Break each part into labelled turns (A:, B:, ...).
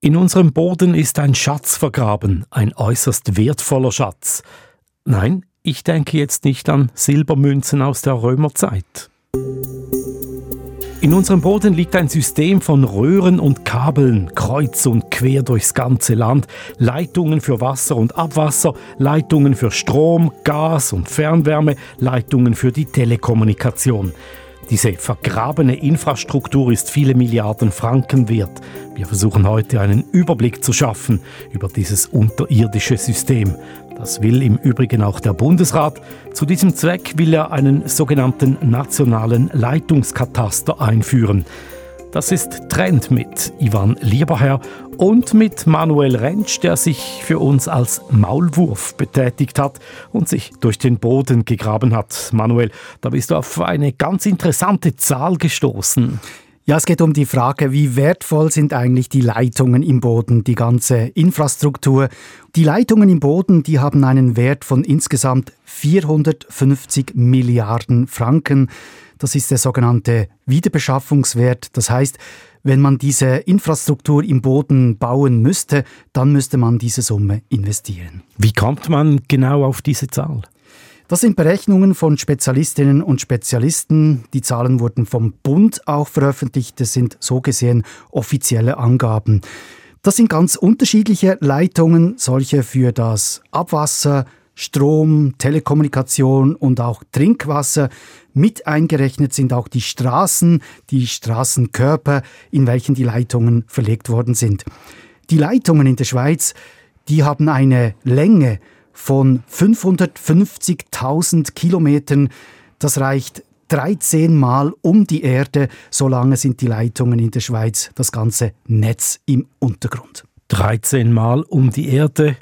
A: In unserem Boden ist ein Schatz vergraben, ein äußerst wertvoller Schatz. Nein, ich denke jetzt nicht an Silbermünzen aus der Römerzeit. In unserem Boden liegt ein System von Röhren und Kabeln, kreuz und quer durchs ganze Land, Leitungen für Wasser und Abwasser, Leitungen für Strom, Gas und Fernwärme, Leitungen für die Telekommunikation. Diese vergrabene Infrastruktur ist viele Milliarden Franken wert. Wir versuchen heute einen Überblick zu schaffen über dieses unterirdische System. Das will im Übrigen auch der Bundesrat. Zu diesem Zweck will er einen sogenannten nationalen Leitungskataster einführen. Das ist Trend mit Ivan Lieberherr und mit Manuel Rentsch, der sich für uns als Maulwurf betätigt hat und sich durch den Boden gegraben hat. Manuel, da bist du auf eine ganz interessante Zahl gestoßen.
B: Ja, es geht um die Frage, wie wertvoll sind eigentlich die Leitungen im Boden, die ganze Infrastruktur. Die Leitungen im Boden, die haben einen Wert von insgesamt 450 Milliarden Franken. Das ist der sogenannte Wiederbeschaffungswert. Das heißt, wenn man diese Infrastruktur im Boden bauen müsste, dann müsste man diese Summe investieren.
A: Wie kommt man genau auf diese Zahl?
B: Das sind Berechnungen von Spezialistinnen und Spezialisten. Die Zahlen wurden vom Bund auch veröffentlicht. Das sind so gesehen offizielle Angaben. Das sind ganz unterschiedliche Leitungen, solche für das Abwasser, Strom, Telekommunikation und auch Trinkwasser. Mit eingerechnet sind auch die Straßen, die Straßenkörper, in welchen die Leitungen verlegt worden sind. Die Leitungen in der Schweiz, die haben eine Länge von 550.000 Kilometern. Das reicht 13 Mal um die Erde. So lange sind die Leitungen in der Schweiz, das ganze Netz im Untergrund.
A: 13 Mal um die Erde,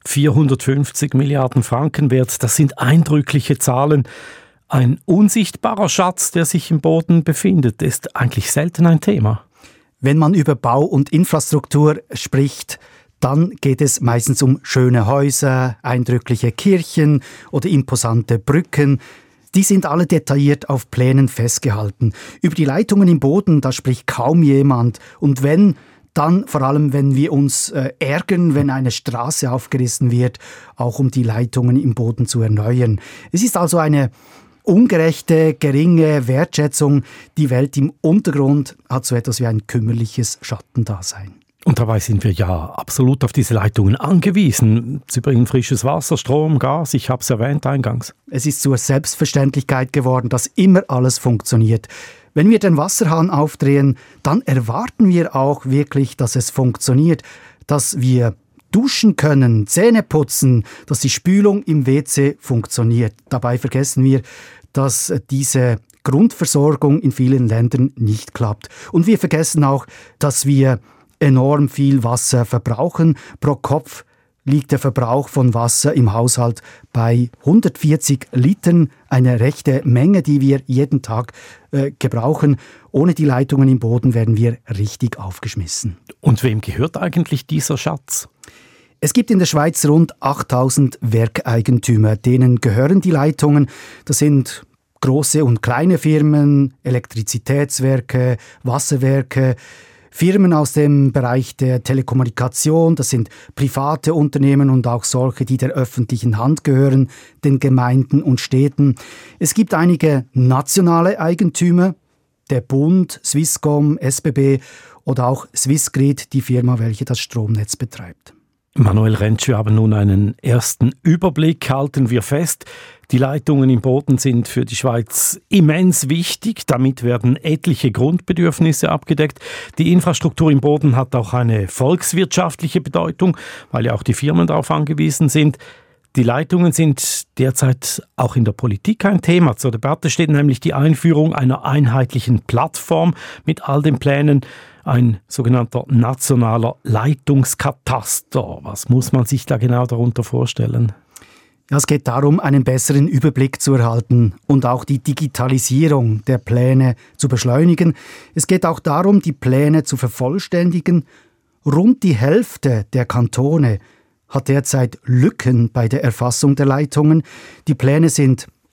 A: 450 Milliarden Franken wert. Das sind eindrückliche Zahlen. Ein unsichtbarer Schatz, der sich im Boden befindet, ist eigentlich selten ein Thema.
B: Wenn man über Bau und Infrastruktur spricht, dann geht es meistens um schöne Häuser, eindrückliche Kirchen oder imposante Brücken. Die sind alle detailliert auf Plänen festgehalten. Über die Leitungen im Boden, da spricht kaum jemand. Und wenn, dann vor allem, wenn wir uns ärgern, wenn eine Straße aufgerissen wird, auch um die Leitungen im Boden zu erneuern. Es ist also eine ungerechte, geringe Wertschätzung. Die Welt im Untergrund hat so etwas wie ein kümmerliches Schattendasein.
A: Und dabei sind wir ja absolut auf diese Leitungen angewiesen. Sie bringen frisches Wasser, Strom, Gas, ich habe es erwähnt eingangs.
B: Es ist zur Selbstverständlichkeit geworden, dass immer alles funktioniert. Wenn wir den Wasserhahn aufdrehen, dann erwarten wir auch wirklich, dass es funktioniert, dass wir duschen können, Zähne putzen, dass die Spülung im WC funktioniert. Dabei vergessen wir, dass diese Grundversorgung in vielen Ländern nicht klappt. Und wir vergessen auch, dass wir enorm viel Wasser verbrauchen. Pro Kopf liegt der Verbrauch von Wasser im Haushalt bei 140 Litern, eine rechte Menge, die wir jeden Tag gebrauchen. Ohne die Leitungen im Boden werden wir richtig aufgeschmissen.
A: Und wem gehört eigentlich dieser Schatz?
B: Es gibt in der Schweiz rund 8000 Werkeigentümer, denen gehören die Leitungen. Das sind große und kleine Firmen, Elektrizitätswerke, Wasserwerke, Firmen aus dem Bereich der Telekommunikation, das sind private Unternehmen und auch solche, die der öffentlichen Hand gehören, den Gemeinden und Städten. Es gibt einige nationale Eigentümer, der Bund, Swisscom, SBB oder auch Swissgrid, die Firma, welche das Stromnetz betreibt.
A: Manuel Rentsch, wir haben nun einen ersten Überblick, halten wir fest. Die Leitungen im Boden sind für die Schweiz immens wichtig. Damit werden etliche Grundbedürfnisse abgedeckt. Die Infrastruktur im Boden hat auch eine volkswirtschaftliche Bedeutung, weil ja auch die Firmen darauf angewiesen sind. Die Leitungen sind derzeit auch in der Politik ein Thema. Zur Debatte steht nämlich die Einführung einer einheitlichen Plattform mit all den Plänen. Ein sogenannter nationaler Leitungskataster. Was muss man sich da genau darunter vorstellen?
B: Ja, es geht darum, einen besseren Überblick zu erhalten und auch die Digitalisierung der Pläne zu beschleunigen. Es geht auch darum, die Pläne zu vervollständigen. Rund die Hälfte der Kantone hat derzeit Lücken bei der Erfassung der Leitungen. Die Pläne sind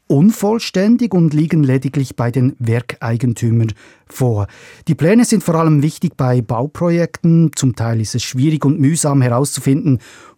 B: unvollständig und liegen lediglich bei den Werkeigentümern vor. Die Pläne sind vor allem wichtig bei Bauprojekten. Zum Teil ist es schwierig und mühsam herauszufinden,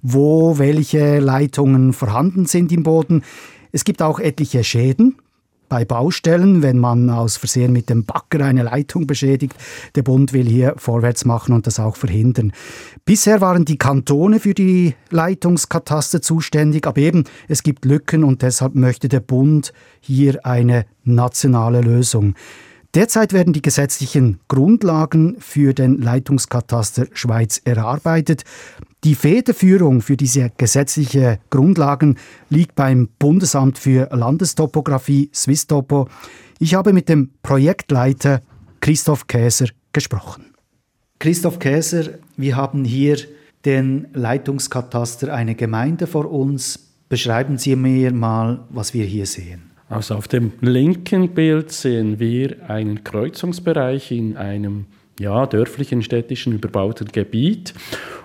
B: wo welche Leitungen vorhanden sind im Boden. Es gibt auch etliche Schäden bei Baustellen, wenn man aus Versehen mit dem Bagger eine Leitung beschädigt. Der Bund will hier vorwärts machen und das auch verhindern. Bisher waren die Kantone für die Leitungskataster zuständig, aber eben, es gibt Lücken und deshalb möchte der Bund hier eine nationale Lösung. Derzeit werden die gesetzlichen Grundlagen für den Leitungskataster Schweiz erarbeitet. Die Federführung für diese gesetzlichen Grundlagen liegt beim Bundesamt für Landestopographie, Swisstopo. Ich habe mit dem Projektleiter Christoph Käser gesprochen. Christoph Käser, wir haben hier den Leitungskataster einer Gemeinde vor uns. Beschreiben Sie mir mal, was wir hier sehen.
C: Also auf dem linken Bild sehen wir einen Kreuzungsbereich in einem dörflichen, städtischen, überbauten Gebiet.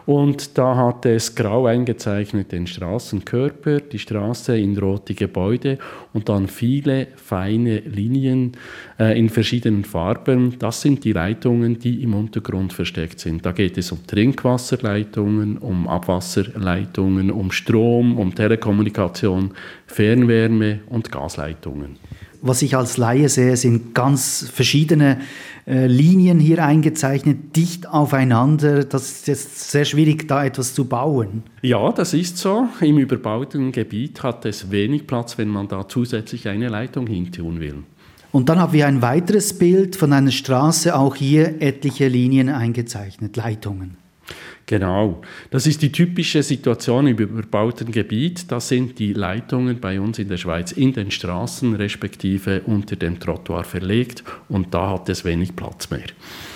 C: Und da hat es grau eingezeichnet den Straßenkörper, die Straße in rote Gebäude und dann viele feine Linien in verschiedenen Farben. Das sind die Leitungen, die im Untergrund versteckt sind. Da geht es um Trinkwasserleitungen, um Abwasserleitungen, um Strom, um Telekommunikation, Fernwärme und Gasleitungen.
B: Was ich als Laie sehe, sind ganz verschiedene Linien hier eingezeichnet, dicht aufeinander. Das ist jetzt sehr schwierig, da etwas zu bauen.
C: Ja, das ist so. Im überbauten Gebiet hat es wenig Platz, wenn man da zusätzlich eine Leitung hintun will.
B: Und dann haben wir ein weiteres Bild von einer Straße, auch hier etliche Linien eingezeichnet, Leitungen.
C: Genau, das ist die typische Situation im überbauten Gebiet. Da sind die Leitungen bei uns in der Schweiz in den Straßen respektive unter dem Trottoir verlegt und da hat es wenig Platz mehr.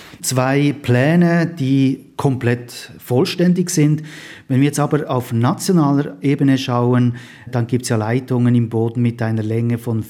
B: Zwei Pläne, die komplett vollständig sind. Wenn wir jetzt aber auf nationaler Ebene schauen, dann gibt es ja Leitungen im Boden mit einer Länge von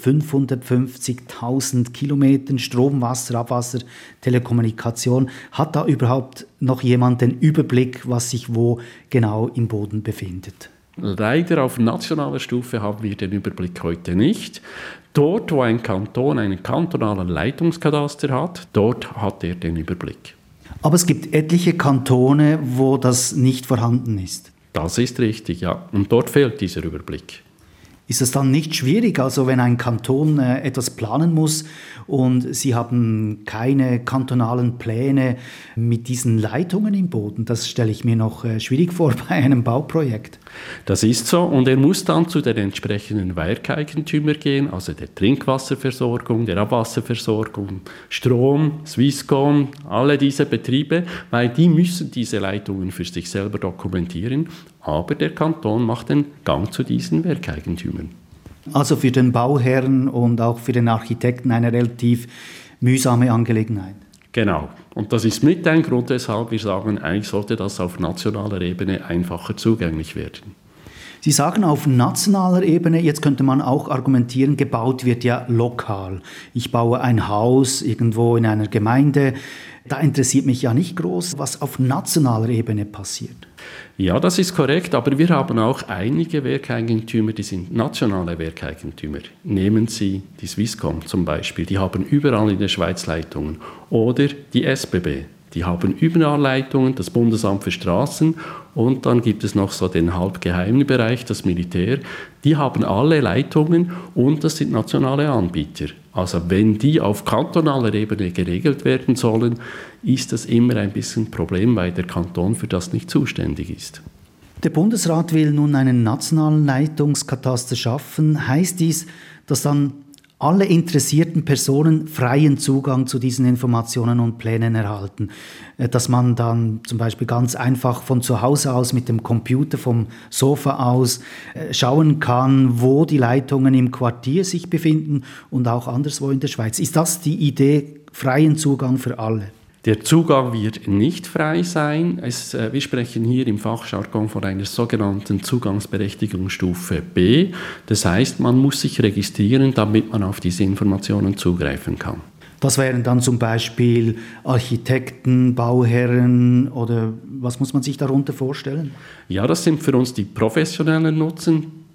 B: 550.000 Kilometern, Strom, Wasser, Abwasser, Telekommunikation. Hat da überhaupt noch jemand den Überblick, was sich wo genau im Boden befindet?
C: Leider auf nationaler Stufe haben wir den Überblick heute nicht. Dort, wo ein Kanton einen kantonalen Leitungskadaster hat, dort hat er den Überblick.
B: Aber es gibt etliche Kantone, wo das nicht vorhanden ist.
C: Das ist richtig, ja. Und dort fehlt dieser Überblick.
B: Ist es dann nicht schwierig, also wenn ein Kanton etwas planen muss und Sie haben keine kantonalen Pläne mit diesen Leitungen im Boden? Das stelle ich mir noch schwierig vor bei einem Bauprojekt.
C: Das ist so und er muss dann zu den entsprechenden Werkeigentümern gehen, also der Trinkwasserversorgung, der Abwasserversorgung, Strom, Swisscom, alle diese Betriebe, weil die müssen diese Leitungen für sich selber dokumentieren, aber der Kanton macht den Gang zu diesen Werkeigentümern.
B: Also für den Bauherrn und auch für den Architekten eine relativ mühsame Angelegenheit.
C: Genau. Und das ist mit ein Grund, weshalb wir sagen, eigentlich sollte das auf nationaler Ebene einfacher zugänglich werden.
B: Sie sagen auf nationaler Ebene, jetzt könnte man auch argumentieren, gebaut wird ja lokal. Ich baue ein Haus irgendwo in einer Gemeinde. Da interessiert mich ja nicht groß, was auf nationaler Ebene passiert.
C: Ja, das ist korrekt, aber wir haben auch einige Werkeigentümer, die sind nationale Werkeigentümer. Nehmen Sie die Swisscom zum Beispiel, die haben überall in der Schweiz Leitungen. Oder die SBB, die haben überall Leitungen, das Bundesamt für Straßen und dann gibt es noch so den halbgeheimen Bereich, das Militär. Die haben alle Leitungen und das sind nationale Anbieter. Also wenn die auf kantonaler Ebene geregelt werden sollen, ist das immer ein bisschen ein Problem, weil der Kanton für das nicht zuständig ist.
B: Der Bundesrat will nun einen nationalen Leitungskataster schaffen. Heißt dies, dass dann alle interessierten Personen freien Zugang zu diesen Informationen und Plänen erhalten? Dass man dann zum Beispiel ganz einfach von zu Hause aus mit dem Computer vom Sofa aus schauen kann, wo die Leitungen im Quartier sich befinden und auch anderswo in der Schweiz. Ist das die Idee, freien Zugang für alle?
C: Der Zugang wird nicht frei sein. Wir sprechen hier im Fachjargon von einer sogenannten Zugangsberechtigungsstufe B. Das heißt, man muss sich registrieren, damit man auf diese Informationen zugreifen kann.
B: Das wären dann zum Beispiel Architekten, Bauherren oder was muss man sich darunter vorstellen?
C: Ja, das sind für uns die professionellen Nutzen.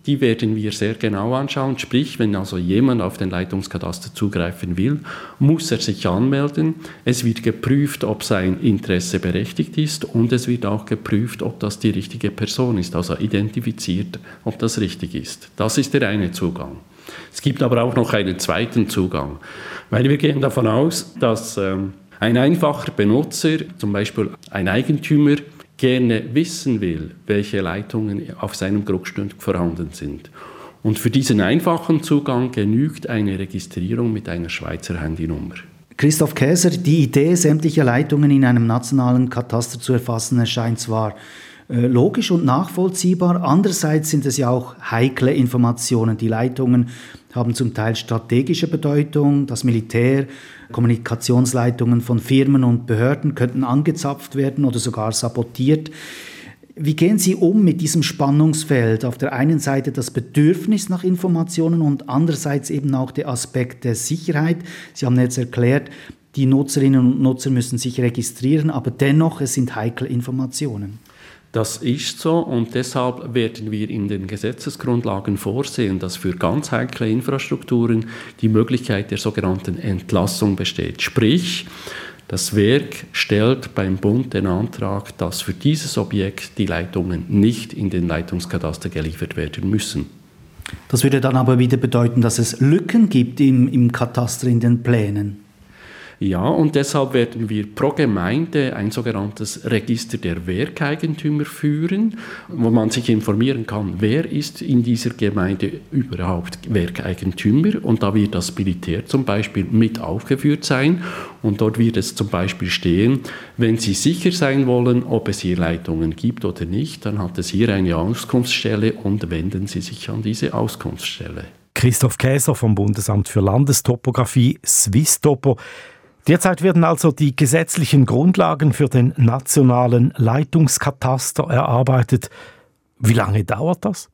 C: Die werden wir sehr genau anschauen. Sprich, wenn also jemand auf den Leitungskataster zugreifen will, muss er sich anmelden. Es wird geprüft, ob sein Interesse berechtigt ist und es wird auch geprüft, ob das die richtige Person ist, also identifiziert, ob das richtig ist. Das ist der eine Zugang. Es gibt aber auch noch einen zweiten Zugang, weil wir gehen davon aus, dass ein einfacher Benutzer, zum Beispiel ein Eigentümer, gerne wissen will, welche Leitungen auf seinem Grundstück vorhanden sind. Und für diesen einfachen Zugang genügt eine Registrierung mit einer Schweizer Handynummer.
B: Christoph Käser, die Idee, sämtliche Leitungen in einem nationalen Kataster zu erfassen, erscheint zwar logisch und nachvollziehbar. Andererseits sind es ja auch heikle Informationen. Die Leitungen haben zum Teil strategische Bedeutung. Das Militär, Kommunikationsleitungen von Firmen und Behörden könnten angezapft werden oder sogar sabotiert. Wie gehen Sie um mit diesem Spannungsfeld? Auf der einen Seite das Bedürfnis nach Informationen und andererseits eben auch der Aspekt der Sicherheit. Sie haben jetzt erklärt, die Nutzerinnen und Nutzer müssen sich registrieren, aber dennoch, es sind heikle Informationen.
C: Das ist so und deshalb werden wir in den Gesetzesgrundlagen vorsehen, dass für ganz heikle Infrastrukturen die Möglichkeit der sogenannten Entlassung besteht. Sprich, das Werk stellt beim Bund den Antrag, dass für dieses Objekt die Leitungen nicht in den Leitungskataster geliefert werden müssen.
B: Das würde dann aber wieder bedeuten, dass es Lücken gibt im Kataster, in den Plänen.
C: Ja, und deshalb werden wir pro Gemeinde ein sogenanntes Register der Werkeigentümer führen, wo man sich informieren kann, wer ist in dieser Gemeinde überhaupt Werkeigentümer. Und da wird das Militär zum Beispiel mit aufgeführt sein. Und dort wird es zum Beispiel stehen, wenn Sie sicher sein wollen, ob es hier Leitungen gibt oder nicht, dann hat es hier eine Auskunftsstelle und wenden Sie sich an diese Auskunftsstelle.
A: Christoph Käser vom Bundesamt für Landestopographie, Swisstopo. Derzeit werden also die gesetzlichen Grundlagen für den nationalen Leitungskataster erarbeitet. Wie lange dauert das?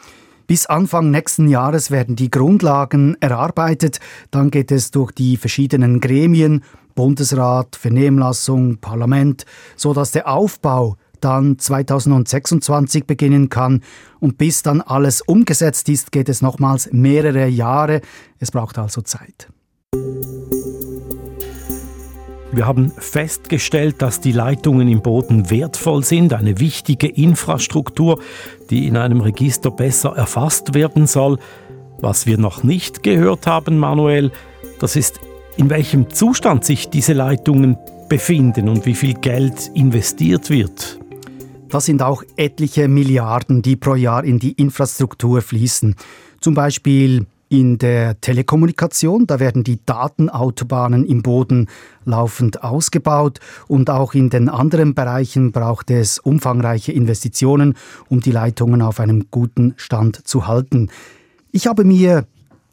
B: Bis Anfang nächsten Jahres werden die Grundlagen erarbeitet. Dann geht es durch die verschiedenen Gremien, Bundesrat, Vernehmlassung, Parlament, sodass der Aufbau dann 2026 beginnen kann. Und bis dann alles umgesetzt ist, geht es nochmals mehrere Jahre. Es braucht also Zeit.
A: Wir haben festgestellt, dass die Leitungen im Boden wertvoll sind, eine wichtige Infrastruktur, die in einem Register besser erfasst werden soll. Was wir noch nicht gehört haben, Manuel, das ist, in welchem Zustand sich diese Leitungen befinden und wie viel Geld investiert wird.
B: Das sind auch etliche Milliarden, die pro Jahr in die Infrastruktur fließen. Zum Beispiel in der Telekommunikation, da werden die Datenautobahnen im Boden laufend ausgebaut und auch in den anderen Bereichen braucht es umfangreiche Investitionen, um die Leitungen auf einem guten Stand zu halten. Ich habe mir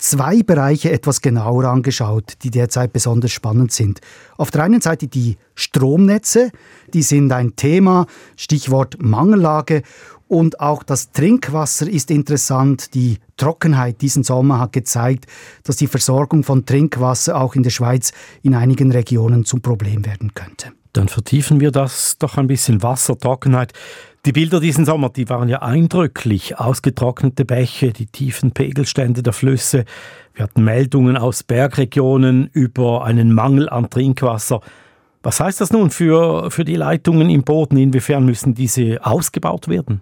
B: 2 Bereiche etwas genauer angeschaut, die derzeit besonders spannend sind. Auf der einen Seite die Stromnetze, die sind ein Thema, Stichwort Mangellage. Und auch das Trinkwasser ist interessant. Die Trockenheit diesen Sommer hat gezeigt, dass die Versorgung von Trinkwasser auch in der Schweiz in einigen Regionen zum Problem werden könnte.
A: Dann vertiefen wir das doch ein bisschen. Wassertrockenheit. Die Bilder diesen Sommer, die waren ja eindrücklich. Ausgetrocknete Bäche, die tiefen Pegelstände der Flüsse. Wir hatten Meldungen aus Bergregionen über einen Mangel an Trinkwasser. Was heißt das nun für die Leitungen im Boden? Inwiefern müssen diese ausgebaut werden?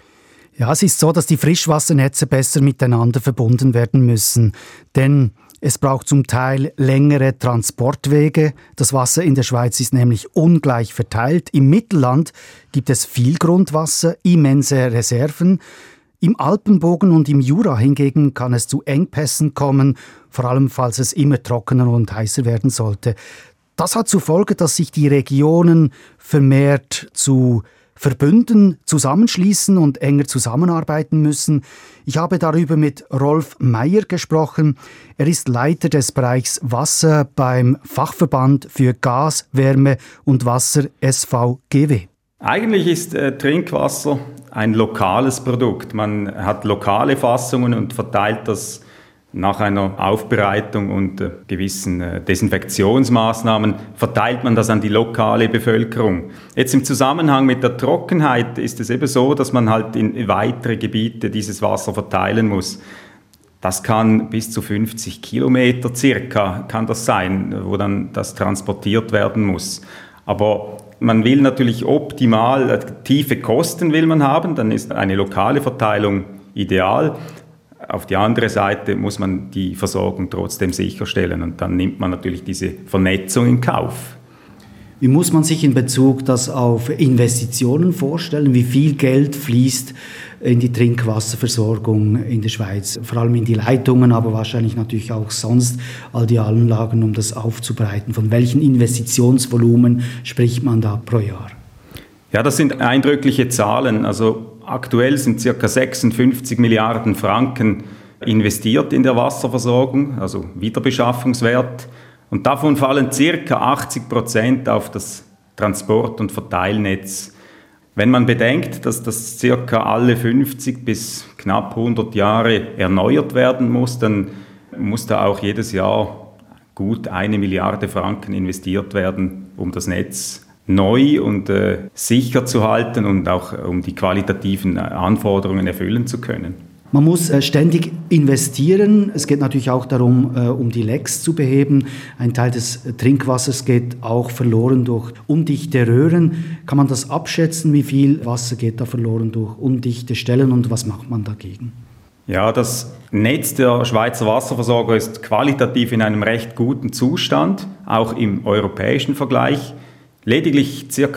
B: Ja, es ist so, dass die Frischwassernetze besser miteinander verbunden werden müssen. Denn es braucht zum Teil längere Transportwege. Das Wasser in der Schweiz ist nämlich ungleich verteilt. Im Mittelland gibt es viel Grundwasser, immense Reserven. Im Alpenbogen und im Jura hingegen kann es zu Engpässen kommen, vor allem falls es immer trockener und heißer werden sollte. Das hat zur Folge, dass sich die Regionen vermehrt zu Verbünden zusammenschließen und enger zusammenarbeiten müssen. Ich habe darüber mit Rolf Meyer gesprochen. Er ist Leiter des Bereichs Wasser beim Fachverband für Gas, Wärme und Wasser SVGW.
D: Eigentlich ist Trinkwasser ein lokales Produkt. Man hat lokale Fassungen und verteilt das Nach einer Aufbereitung und gewissen Desinfektionsmaßnahmen verteilt man das an die lokale Bevölkerung. Jetzt im Zusammenhang mit der Trockenheit ist es eben so, dass man halt in weitere Gebiete dieses Wasser verteilen muss. Das kann bis zu 50 Kilometer circa kann das sein, wo dann das transportiert werden muss. Aber man will natürlich optimal, tiefe Kosten will man haben, dann ist eine lokale Verteilung ideal. Auf die andere Seite muss man die Versorgung trotzdem sicherstellen und dann nimmt man natürlich diese Vernetzung in Kauf.
B: Wie muss man sich in Bezug das auf Investitionen vorstellen? Wie viel Geld fließt in die Trinkwasserversorgung in der Schweiz? Vor allem in die Leitungen, aber wahrscheinlich natürlich auch sonst all die Anlagen, um das aufzubereiten. Von welchen Investitionsvolumen spricht man da pro Jahr?
D: Ja, das sind eindrückliche Zahlen. Also aktuell sind ca. 56 Milliarden Franken investiert in der Wasserversorgung, also Wiederbeschaffungswert. Und davon fallen ca. 80% auf das Transport- und Verteilnetz. Wenn man bedenkt, dass das ca. alle 50 bis knapp 100 Jahre erneuert werden muss, dann muss da auch jedes Jahr gut 1 Milliarde Franken investiert werden, um das Netz neu und sicher zu halten und auch um die qualitativen Anforderungen erfüllen zu können.
B: Man muss ständig investieren. Es geht natürlich auch darum, um die Lecks zu beheben. Ein Teil des Trinkwassers geht auch verloren durch undichte Röhren. Kann man das abschätzen? Wie viel Wasser geht da verloren durch undichte Stellen und was macht man dagegen?
D: Ja, das Netz der Schweizer Wasserversorger ist qualitativ in einem recht guten Zustand, auch im europäischen Vergleich. Lediglich ca.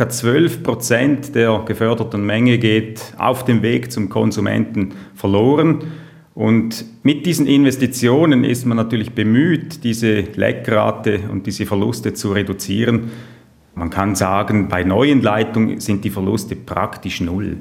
D: 12% der geförderten Menge geht auf dem Weg zum Konsumenten verloren. Und mit diesen Investitionen ist man natürlich bemüht, diese Leckrate und diese Verluste zu reduzieren. Man kann sagen, bei neuen Leitungen sind die Verluste praktisch null.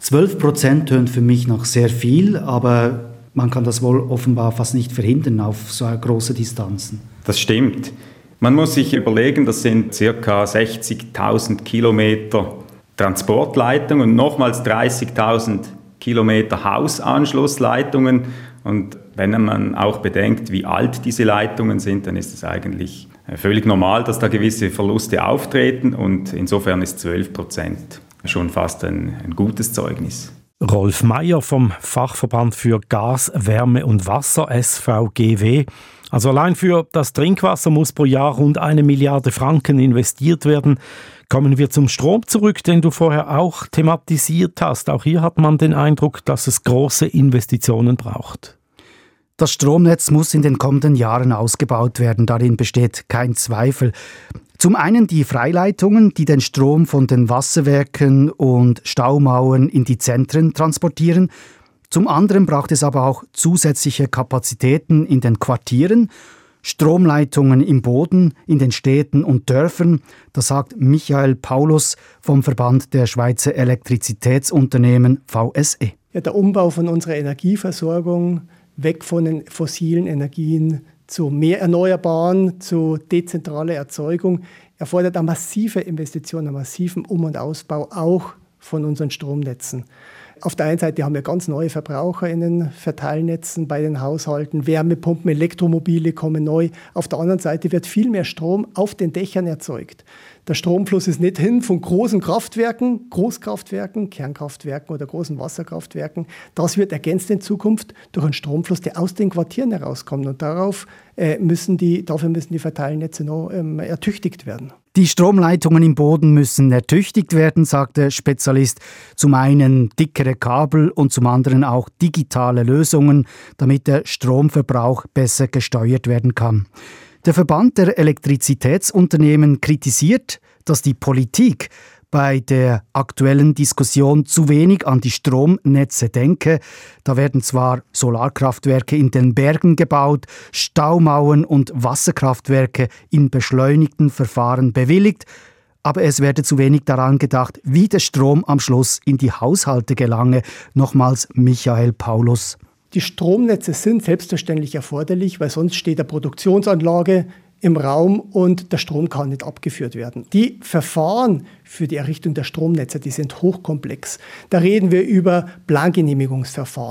B: 12% tönt für mich noch sehr viel, aber man kann das wohl offenbar fast nicht verhindern auf so große Distanzen.
D: Das stimmt. Man muss sich überlegen, das sind ca. 60.000 Kilometer Transportleitung und nochmals 30.000 Kilometer Hausanschlussleitungen. Und wenn man auch bedenkt, wie alt diese Leitungen sind, dann ist es eigentlich völlig normal, dass da gewisse Verluste auftreten. Und insofern ist 12% schon fast ein gutes Zeugnis.
A: Rolf Meier vom Fachverband für Gas, Wärme und Wasser, SVGW. Also allein für das Trinkwasser muss pro Jahr rund 1 Milliarde Franken investiert werden. Kommen wir zum Strom zurück, den du vorher auch thematisiert hast. Auch hier hat man den Eindruck, dass es große Investitionen braucht.
B: Das Stromnetz muss in den kommenden Jahren ausgebaut werden, darin besteht kein Zweifel. Zum einen die Freileitungen, die den Strom von den Wasserwerken und Staumauern in die Zentren transportieren. Zum anderen braucht es aber auch zusätzliche Kapazitäten in den Quartieren, Stromleitungen im Boden, in den Städten und Dörfern. Das sagt Michael Paulus vom Verband der Schweizer Elektrizitätsunternehmen VSE.
E: Ja, der Umbau von unserer Energieversorgung weg von den fossilen Energien zu mehr Erneuerbaren, zu dezentraler Erzeugung erfordert eine massive Investition, einen massiven Um- und Ausbau auch von unseren Stromnetzen. Auf der einen Seite haben wir ganz neue Verbraucher in den Verteilnetzen bei den Haushalten, Wärmepumpen, Elektromobile kommen neu. Auf der anderen Seite wird viel mehr Strom auf den Dächern erzeugt. Der Stromfluss ist nicht hin von großen Kraftwerken, Großkraftwerken, Kernkraftwerken oder großen Wasserkraftwerken. Das wird ergänzt in Zukunft durch einen Stromfluss, der aus den Quartieren herauskommt. Und dafür müssen die Verteilnetze noch ertüchtigt werden.
B: Die Stromleitungen im Boden müssen ertüchtigt werden, sagt der Spezialist. Zum einen dickere Kabel und zum anderen auch digitale Lösungen, damit der Stromverbrauch besser gesteuert werden kann. Der Verband der Elektrizitätsunternehmen kritisiert, dass die Politik bei der aktuellen Diskussion zu wenig an die Stromnetze denke. Da werden zwar Solarkraftwerke in den Bergen gebaut, Staumauern und Wasserkraftwerke in beschleunigten Verfahren bewilligt, aber es werde zu wenig daran gedacht, wie der Strom am Schluss in die Haushalte gelange. Nochmals Michael Paulus.
E: Die Stromnetze sind selbstverständlich erforderlich, weil sonst steht eine Produktionsanlage im Raum und der Strom kann nicht abgeführt werden. Die Verfahren für die Errichtung der Stromnetze, die sind hochkomplex. Da reden wir über Plangenehmigungsverfahren,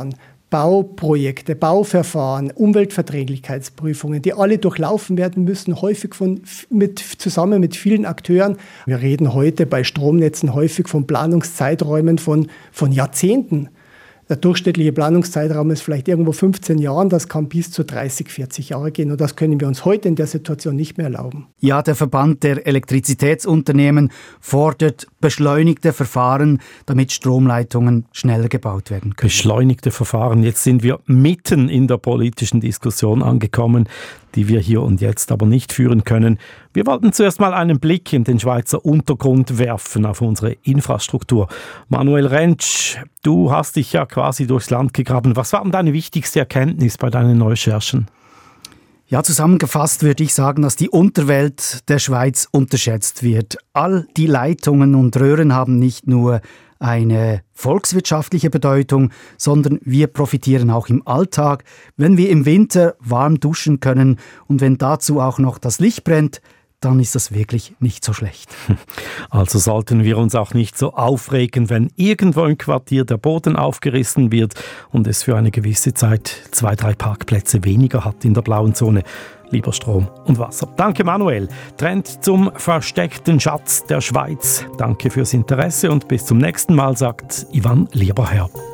E: Bauprojekte, Bauverfahren, Umweltverträglichkeitsprüfungen, die alle durchlaufen werden müssen, häufig zusammen mit vielen Akteuren. Wir reden heute bei Stromnetzen häufig von Planungszeiträumen von Jahrzehnten. Der durchschnittliche Planungszeitraum ist vielleicht irgendwo 15 Jahren, das kann bis zu 30, 40 Jahre gehen und das können wir uns heute in der Situation nicht mehr erlauben.
B: Ja, der Verband der Elektrizitätsunternehmen fordert beschleunigte Verfahren, damit Stromleitungen schneller gebaut werden können.
A: Beschleunigte Verfahren. Jetzt sind wir mitten in der politischen Diskussion angekommen, die wir hier und jetzt aber nicht führen können. Wir wollten zuerst mal einen Blick in den Schweizer Untergrund werfen auf unsere Infrastruktur. Manuel Rentsch, du hast dich ja quasi durchs Land gegraben. Was war denn deine wichtigste Erkenntnis bei deinen Recherchen?
B: Ja, zusammengefasst würde ich sagen, dass die Unterwelt der Schweiz unterschätzt wird. All die Leitungen und Röhren haben nicht nur eine volkswirtschaftliche Bedeutung, sondern wir profitieren auch im Alltag, wenn wir im Winter warm duschen können und wenn dazu auch noch das Licht brennt, dann ist das wirklich nicht so schlecht.
A: Also sollten wir uns auch nicht so aufregen, wenn irgendwo im Quartier der Boden aufgerissen wird und es für eine gewisse Zeit 2, 3 Parkplätze weniger hat in der blauen Zone. Lieber Strom und Wasser. Danke Manuel. Trend zum versteckten Schatz der Schweiz. Danke fürs Interesse und bis zum nächsten Mal, sagt Ivan Lieberherr.